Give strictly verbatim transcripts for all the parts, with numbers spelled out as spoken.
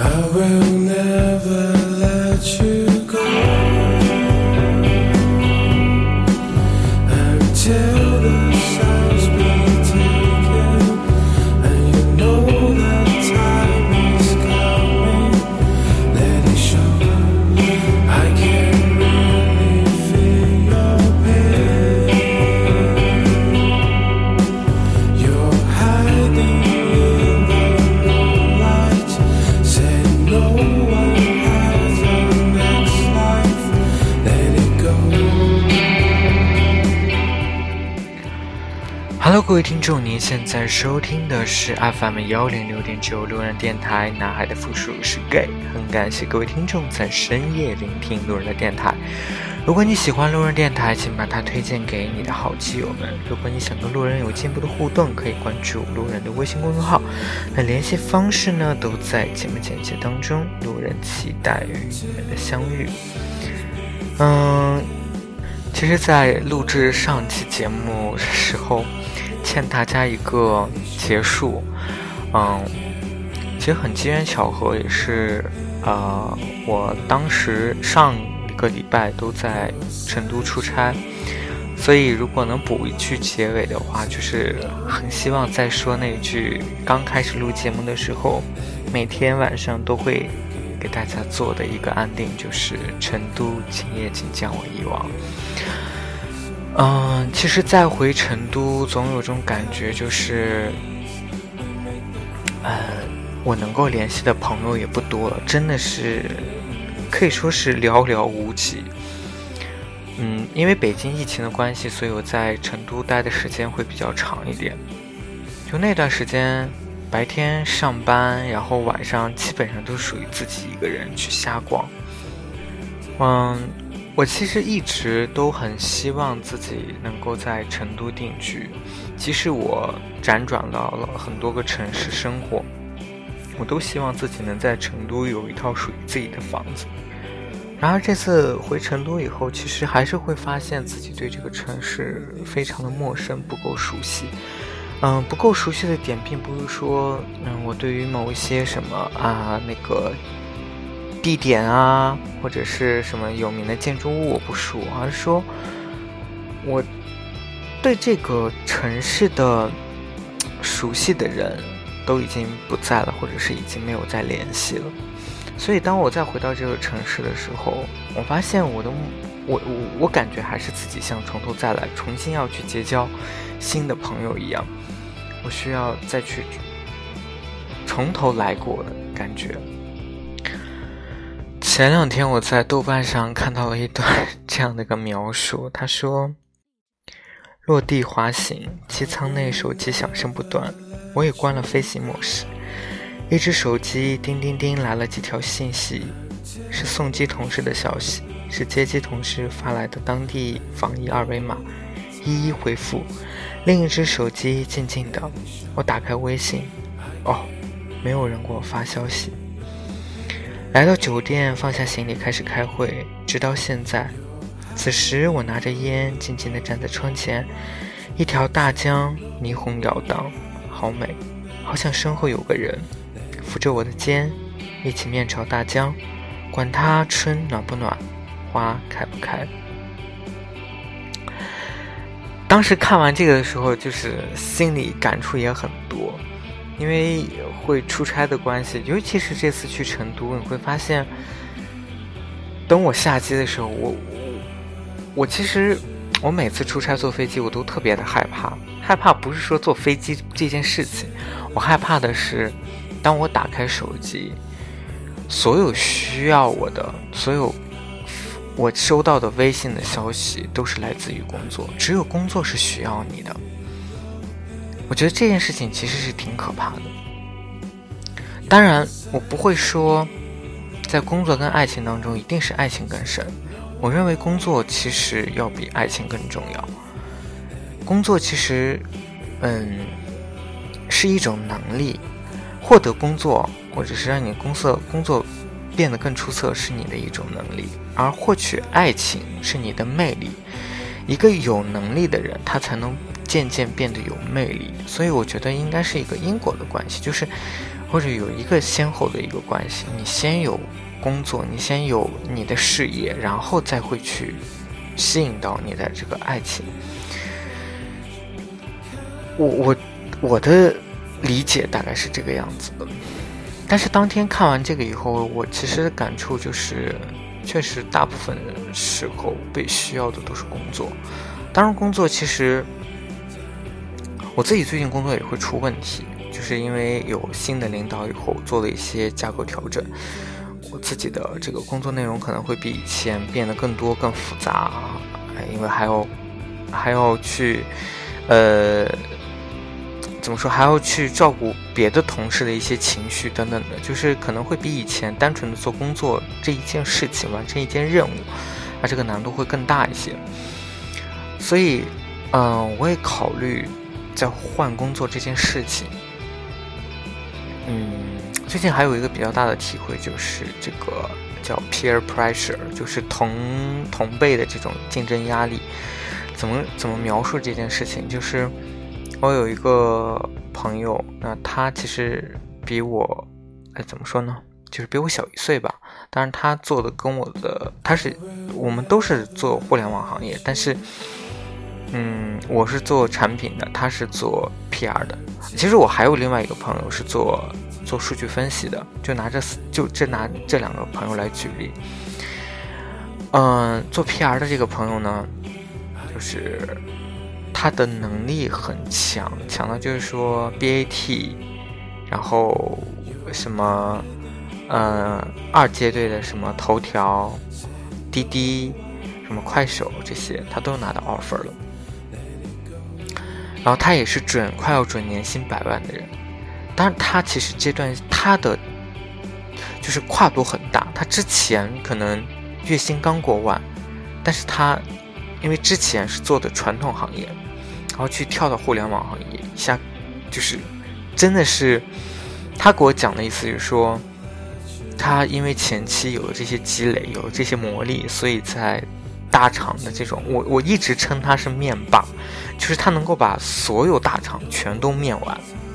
I will never let you go until the signs be taken, and you know that time is coming. Let it show. I can really feel your pain. You're hiding in the moonlight, saying no one has a next life. Let it go. Hello， 各位听众，您现在收听的是 F M 幺零六点九路人电台，男孩的复数是 gay。很感谢各位听众在深夜聆听路人的电台。如果你喜欢路人电台，请把它推荐给你的好基友们。如果你想跟路人有进一步的互动，可以关注路人的微信公众号。那联系方式呢，都在节目简介当中。路人期待与你们的相遇。嗯，其实，在录制上期节目的时候，欠大家一个结束。嗯，其实很机缘巧合，也是呃，我当时上一个礼拜都在成都出差，所以如果能补一句结尾的话，就是很希望再说那句刚开始录节目的时候，每天晚上都会给大家做的一个安定，就是成都今夜请将我遗忘。嗯，其实再回成都总有种感觉，就是呃，我能够联系的朋友也不多了，真的是可以说是寥寥无几。嗯，因为北京疫情的关系，所以我在成都待的时间会比较长一点。就那段时间，白天上班，然后晚上基本上都属于自己一个人去瞎逛。嗯，我其实一直都很希望自己能够在成都定居，即使我辗转到了很多个城市生活，我都希望自己能在成都有一套属于自己的房子。然而这次回成都以后，其实还是会发现自己对这个城市非常的陌生，不够熟悉。嗯，不够熟悉的点并不是说，嗯，我对于某一些什么啊那个地点啊，或者是什么有名的建筑物我不熟，而是说我对这个城市的熟悉的人都已经不在了，或者是已经没有再联系了。所以当我再回到这个城市的时候，我发现我的我我我感觉还是自己像从头再来，重新要去结交新的朋友一样，我需要再去从头来过的感觉。前两天我在豆瓣上看到了一段这样的一个描述，他说：落地滑行，机舱内手机响声不断，我也关了飞行模式，一只手机叮叮叮来了几条信息，是送机同事的消息，是接机同事发来的当地防疫二维码，一一回复。另一只手机静静的，我打开微信，哦，没有人给我发消息。来到酒店，放下行李开始开会，直到现在。此时我拿着烟静静地站在窗前，一条大江霓虹摇荡，好美，好像身后有个人扶着我的肩，一起面朝大江，管它春暖不暖，花开不开。当时看完这个的时候，就是心里感触也很多，因为会出差的关系，尤其是这次去成都，你会发现等我下机的时候，我我其实我每次出差坐飞机我都特别的害怕。害怕不是说坐飞机这件事情，我害怕的是当我打开手机，所有需要我的，所有我收到的微信的消息都是来自于工作，只有工作是需要你的。我觉得这件事情其实是挺可怕的。当然我不会说在工作跟爱情当中一定是爱情更深，我认为工作其实要比爱情更重要。工作其实嗯是一种能力，获得工作或者是让你工作工作变得更出色是你的一种能力，而获取爱情是你的魅力。一个有能力的人，他才能渐渐变得有魅力。所以我觉得应该是一个因果的关系，就是或者有一个先后的一个关系，你先有工作，你先有你的事业，然后再会去吸引到你的这个爱情。我我我的理解大概是这个样子的。但是当天看完这个以后，我其实感触就是，确实大部分时候被需要的都是工作。当然工作其实我自己最近工作也会出问题，就是因为有新的领导以后做了一些架构调整，我自己的这个工作内容可能会比以前变得更多更复杂，因为还要还要去呃怎么说，还要去照顾别的同事的一些情绪等等的，就是可能会比以前单纯的做工作这一件事情完成一件任务，啊，这个难度会更大一些。所以嗯、呃，我也考虑在换工作这件事情。嗯，最近还有一个比较大的体会，就是这个叫 peer pressure， 就是同同辈的这种竞争压力。怎么怎么描述这件事情，就是我有一个朋友，那他其实比我，哎，怎么说呢？就是比我小一岁吧。当然，他做的跟我的，他是我们都是做互联网行业，但是，嗯，我是做产品的，他是做 P R 的。其实我还有另外一个朋友是做做数据分析的，就拿这就这拿这两个朋友来举例。嗯，做 P R 的这个朋友呢，就是他的能力很强，强的就是说 B A T， 然后什么呃二阶队的什么头条、滴滴、什么快手这些，他都拿到 offer 了。然后他也是准快要准年薪百万的人，当然他其实这段他的就是跨度很大，他之前可能月薪刚过万，但是他因为之前是做的传统行业，然后去跳到互联网行业，一下就是真的是他给我讲的意思就是说，他因为前期有了这些积累，有了这些磨砺，所以在大厂的这种，我我一直称他是面霸，就是他能够把所有大厂全都面完，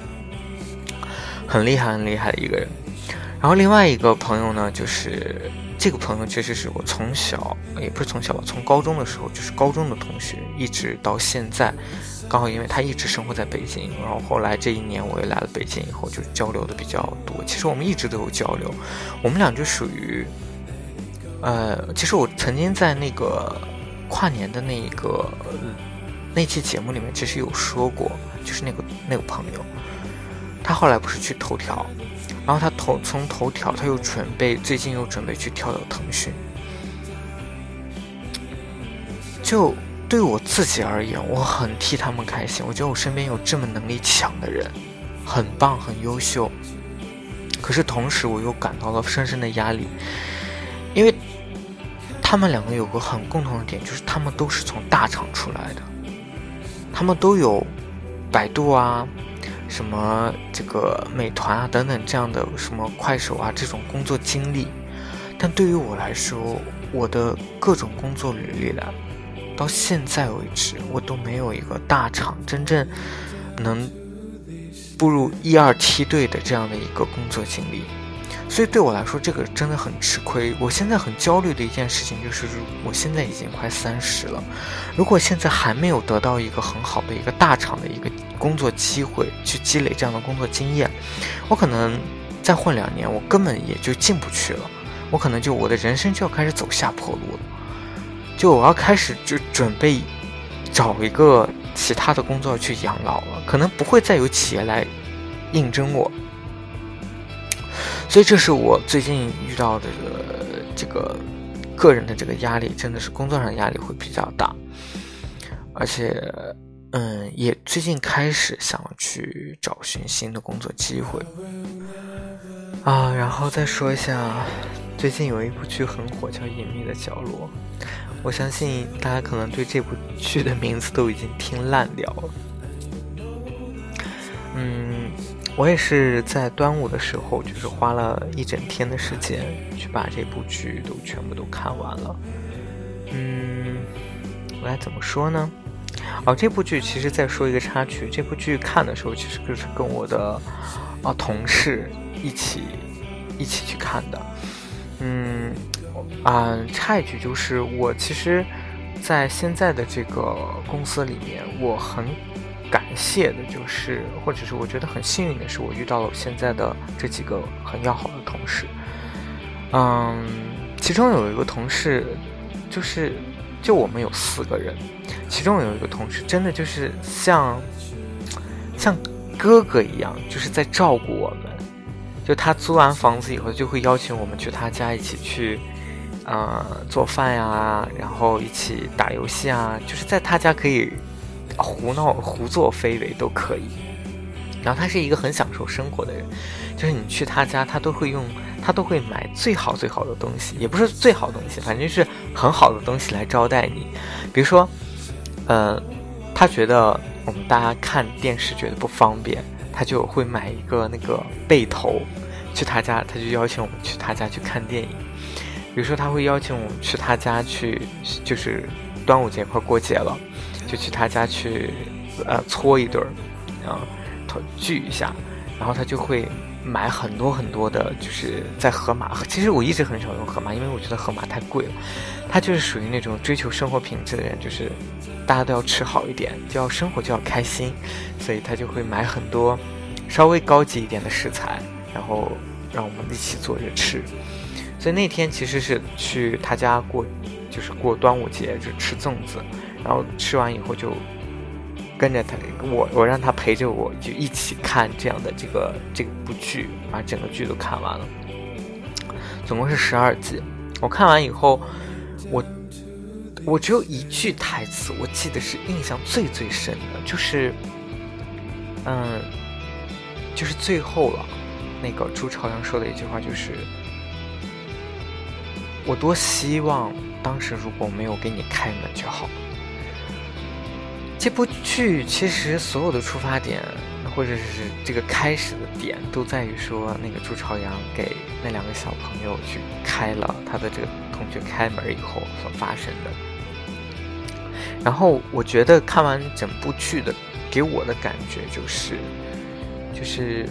很厉害很厉害的一个人。然后另外一个朋友呢，就是这个朋友确实是我从小，也不是从小吧，从高中的时候就是高中的同学，一直到现在，刚好因为他一直生活在北京，然后后来这一年我也来了北京以后，就交流的比较多。其实我们一直都有交流，我们俩就属于呃，其实我曾经在那个跨年的那个、呃、那期节目里面其实有说过，就是那个那个朋友，他后来不是去头条，然后他头从头条他又准备最近又准备去跳到腾讯。就对我自己而言，我很替他们开心，我觉得我身边有这么能力强的人，很棒很优秀。可是同时我又感到了深深的压力，因为他们两个有个很共同的点，就是他们都是从大厂出来的，他们都有百度啊、什么这个美团啊等等这样的什么快手啊这种工作经历。但对于我来说，我的各种工作履历来到现在为止，我都没有一个大厂真正能步入一二梯队的这样的一个工作经历。所以对我来说，这个真的很吃亏。我现在很焦虑的一件事情就是，我现在已经快三十了，如果现在还没有得到一个很好的一个大厂的一个工作机会，去积累这样的工作经验，我可能再混两年，我根本也就进不去了。我可能就我的人生就要开始走下坡路了，就我要开始就准备找一个其他的工作去养老了，可能不会再有企业来应征我。所以这是我最近遇到的这个个人的这个压力，真的是工作上的压力会比较大，而且嗯，也最近开始想去找寻新的工作机会啊。然后再说一下，最近有一部剧很火，叫《隐秘的角落》，我相信大家可能对这部剧的名字都已经听烂掉了。嗯，我也是在端午的时候，就是花了一整天的时间去把这部剧都全部都看完了。嗯，我该怎么说呢？哦，这部剧其实再说一个插曲，这部剧看的时候其实就是跟我的啊同事一起一起去看的。嗯啊，插一句，就是我其实在现在的这个公司里面，我很感谢的就是，或者是我觉得很幸运的是，我遇到了现在的这几个很要好的同事。嗯，其中有一个同事，就是就我们有四个人，其中有一个同事真的就是像像哥哥一样，就是在照顾我们。就他租完房子以后，就会邀请我们去他家一起去呃做饭呀，然后一起打游戏啊，就是在他家可以胡闹胡作非为都可以。然后他是一个很享受生活的人，就是你去他家，他都会用他都会买最好最好的东西，也不是最好的东西，反正就是很好的东西来招待你。比如说呃他觉得我们大家看电视觉得不方便，他就会买一个那个背头去他家，他就邀请我们去他家去看电影。比如说他会邀请我们去他家去，就是端午节快过节了，就去他家去呃搓一顿啊，聚一下，然后他就会买很多很多的，就是在盒马。其实我一直很少用盒马，因为我觉得盒马太贵了。他就是属于那种追求生活品质的人，就是大家都要吃好一点，就要生活就要开心，所以他就会买很多稍微高级一点的食材，然后让我们一起坐着吃。所以那天其实是去他家过，就是过端午节，就吃粽子，然后吃完以后就跟着他，我我让他陪着我，就一起看这样的这个这部剧，把整个剧都看完了。总共是十二集。我看完以后，我我只有一句台词，我记得是印象最最深的，就是嗯，就是最后了，那个朱朝阳说的一句话就是。我多希望当时如果没有给你开门就好。这部剧其实所有的出发点或者是这个开始的点都在于说，那个朱朝阳给那两个小朋友去开了他的这个同学开门以后所发生的。然后我觉得看完整部剧的给我的感觉就是就是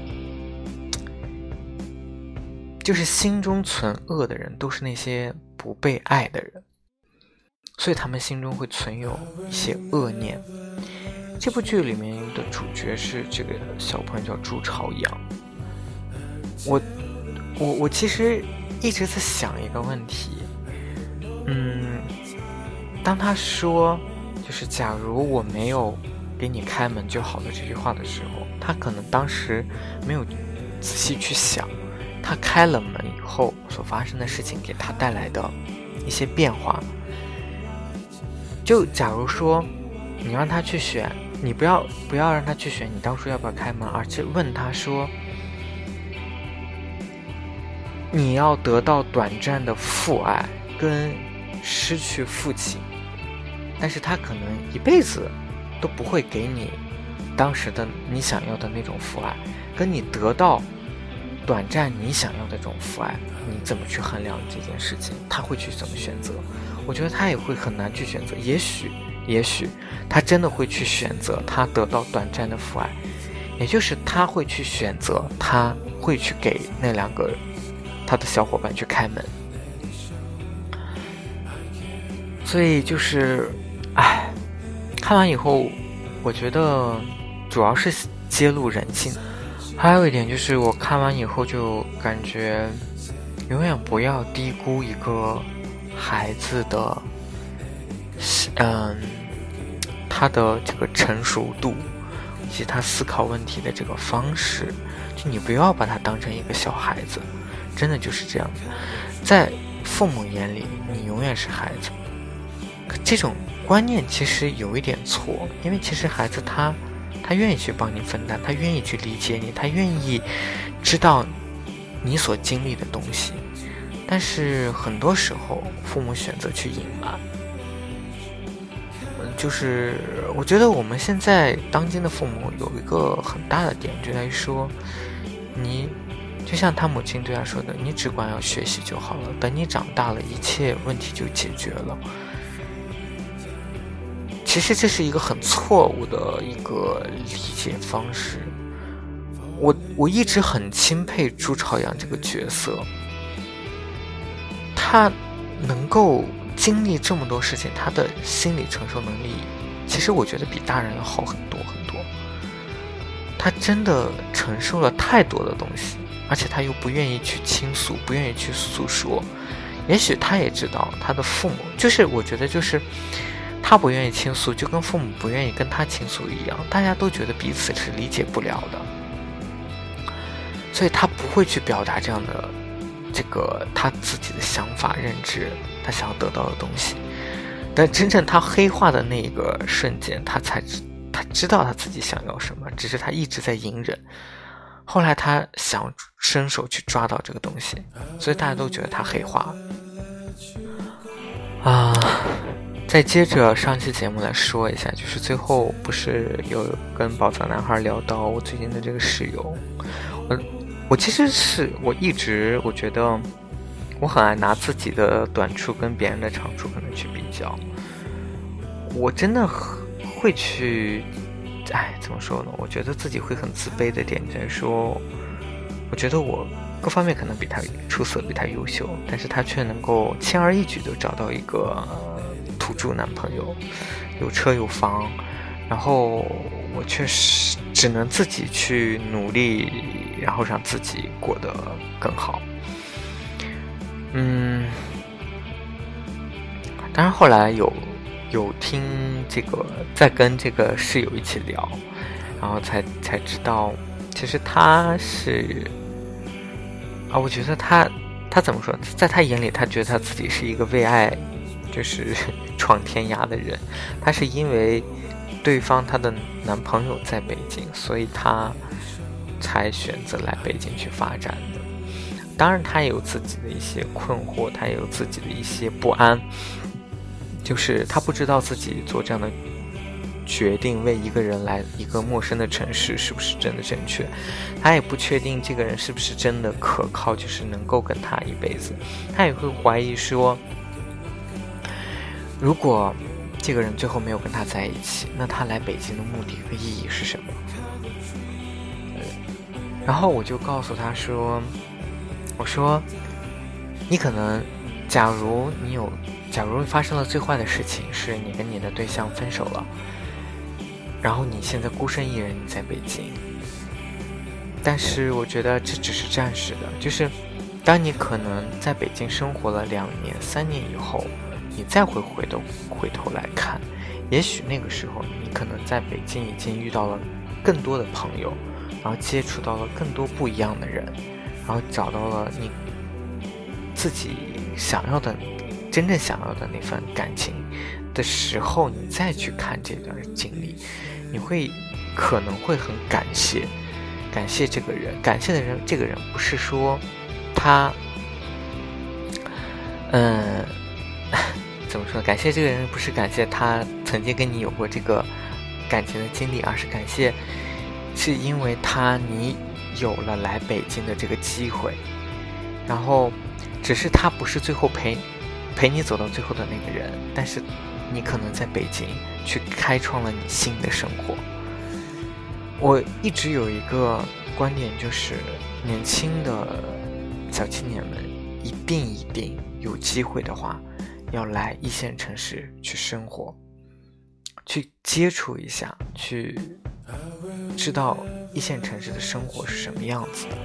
就是心中存恶的人都是那些不被爱的人，所以他们心中会存有一些恶念。这部剧里面的主角是这个小朋友叫朱朝阳。我我我其实一直在想一个问题，嗯，当他说就是假如我没有给你开门就好了这句话的时候，他可能当时没有仔细去想他开了门以后所发生的事情给他带来的一些变化。就假如说你让他去选，你不要不要让他去选你当初要不要开门，而是问他说你要得到短暂的父爱跟失去父亲，但是他可能一辈子都不会给你当时的你想要的那种父爱，跟你得到短暂你想要的这种父爱，你怎么去衡量这件事情？他会去怎么选择？我觉得他也会很难去选择。也许也许他真的会去选择他得到短暂的父爱，也就是他会去选择他会去给那两个他的小伙伴去开门。所以就是唉，看完以后我觉得主要是揭露人性。还有一点就是我看完以后就感觉永远不要低估一个孩子的嗯，他的这个成熟度以及他思考问题的这个方式，就你不要把他当成一个小孩子，真的就是这样子。在父母眼里你永远是孩子，可这种观念其实有一点错，因为其实孩子他他愿意去帮你分担，他愿意去理解你，他愿意知道你所经历的东西，但是很多时候父母选择去隐瞒。就是我觉得我们现在当今的父母有一个很大的点，就在于说你就像他母亲对他说的，你只管要学习就好了，等你长大了一切问题就解决了。其实这是一个很错误的一个理解方式。 我我一直很钦佩朱朝阳这个角色，他能够经历这么多事情，他的心理承受能力，其实我觉得比大人要好很多很多。他真的承受了太多的东西，而且他又不愿意去倾诉，不愿意去诉说。也许他也知道他的父母，就是我觉得就是他不愿意倾诉，就跟父母不愿意跟他倾诉一样，大家都觉得彼此是理解不了的，所以他不会去表达这样的这个他自己的想法认知，他想要得到的东西。但真正他黑化的那个瞬间，他才他知道他自己想要什么，只是他一直在隐忍。后来他想伸手去抓到这个东西，所以大家都觉得他黑化啊。再接着上期节目来说一下，就是最后不是有跟宝藏男孩聊到我最近的这个室友，我我其实是我一直我觉得我很爱拿自己的短处跟别人的长处可能去比较，我真的会去，哎，怎么说呢？我觉得自己会很自卑的点在说，我觉得我各方面可能比他出色，比他优秀，但是他却能够轻而易举的找到一个土著男朋友，有车有房，然后我却是只能自己去努力，然后让自己过得更好。嗯，当然后来有有听这个，在跟这个室友一起聊，然后才才知道，其实他是啊，我觉得他他怎么说，在他眼里，他觉得他自己是一个为爱就是闯天涯的人，他是因为对方她的男朋友在北京，所以他才选择来北京去发展的。当然他也有自己的一些困惑，他也有自己的一些不安，就是他不知道自己做这样的决定，为一个人来一个陌生的城市是不是真的正确，他也不确定这个人是不是真的可靠，就是能够跟他一辈子。他也会怀疑说，如果这个人最后没有跟他在一起，那他来北京的目的和意义是什么？然后我就告诉他说，我说你可能假如你有假如发生了最坏的事情，是你跟你的对象分手了，然后你现在孤身一人你在北京，但是我觉得这只是暂时的，就是当你可能在北京生活了两年三年以后，你再会回头回头来看，也许那个时候你可能在北京已经遇到了更多的朋友，然后接触到了更多不一样的人，然后找到了你自己想要的真正想要的那份感情的时候，你再去看这段经历，你会可能会很感谢感谢这个人。感谢的人这个人不是说他嗯怎么说，感谢这个人不是感谢他曾经跟你有过这个感情的经历，而是感谢是因为他你有了来北京的这个机会，然后只是他不是最后陪陪你走到最后的那个人，但是你可能在北京去开创了你新的生活。我一直有一个观点，就是年轻的小青年们一定一定有机会的话，要来一线城市去生活，去接触一下，去知道一线城市的生活是什么样子的。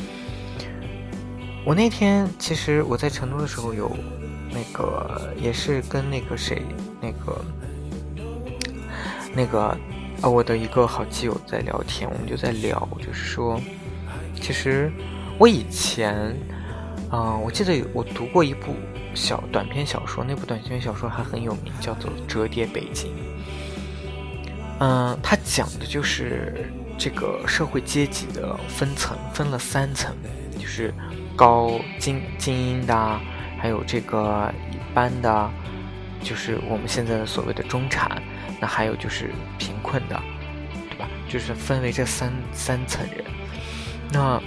我那天其实我在成都的时候有那个也是跟那个谁那个那个呃我的一个好基友在聊天，我们就在聊，就是说其实我以前嗯、呃，我记得我读过一部小短篇小说，那部短篇小说还很有名，叫做《折叠北京》。嗯、呃，它讲的就是这个社会阶级的分层，分了三层，就是高精精英的，还有这个一般的，就是我们现在的所谓的中产，那还有就是贫困的，对吧？就是分为这三三层人。那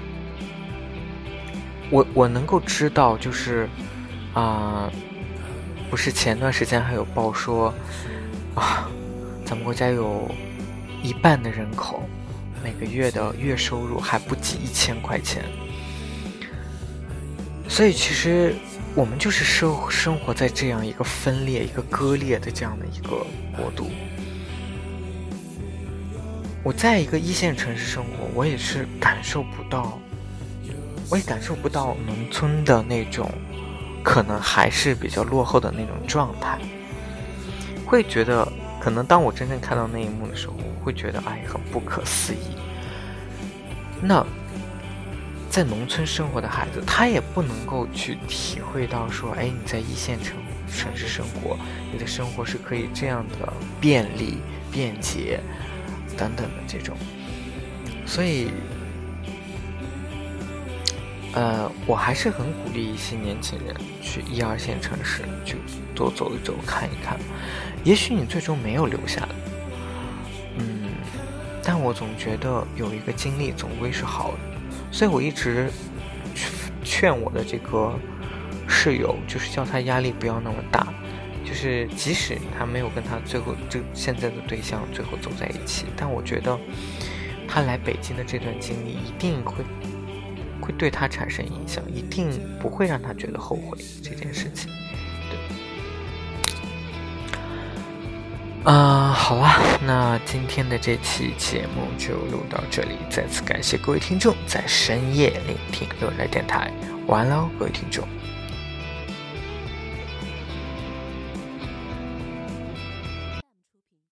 我我能够知道，就是啊、呃，不是前段时间还有报说啊，咱们国家有一半的人口每个月的月收入还不及一千块钱，所以其实我们就是生生活在这样一个分裂、一个割裂的这样的一个国度。我在一个一线城市生活，我也是感受不到，我也感受不到农村的那种可能还是比较落后的那种状态。会觉得，可能当我真正看到那一幕的时候，我会觉得哎，很不可思议。那在农村生活的孩子，他也不能够去体会到说，哎，你在一线城城市生活，你的生活是可以这样的便利、便捷等等的这种。所以，呃，我还是很鼓励一些年轻人去一二线城市去多走一走、看一看。也许你最终没有留下来，嗯，但我总觉得有一个经历总归是好的。所以我一直劝我的这个室友，就是叫他压力不要那么大，就是即使他没有跟他最后这现在的对象最后走在一起，但我觉得他来北京的这段经历一定会会对他产生影响，一定不会让他觉得后悔这件事情。啊、呃，好啦，那今天的这期节目就录到这里，再次感谢各位听众在深夜聆听热来电台，晚安喽，各位听众。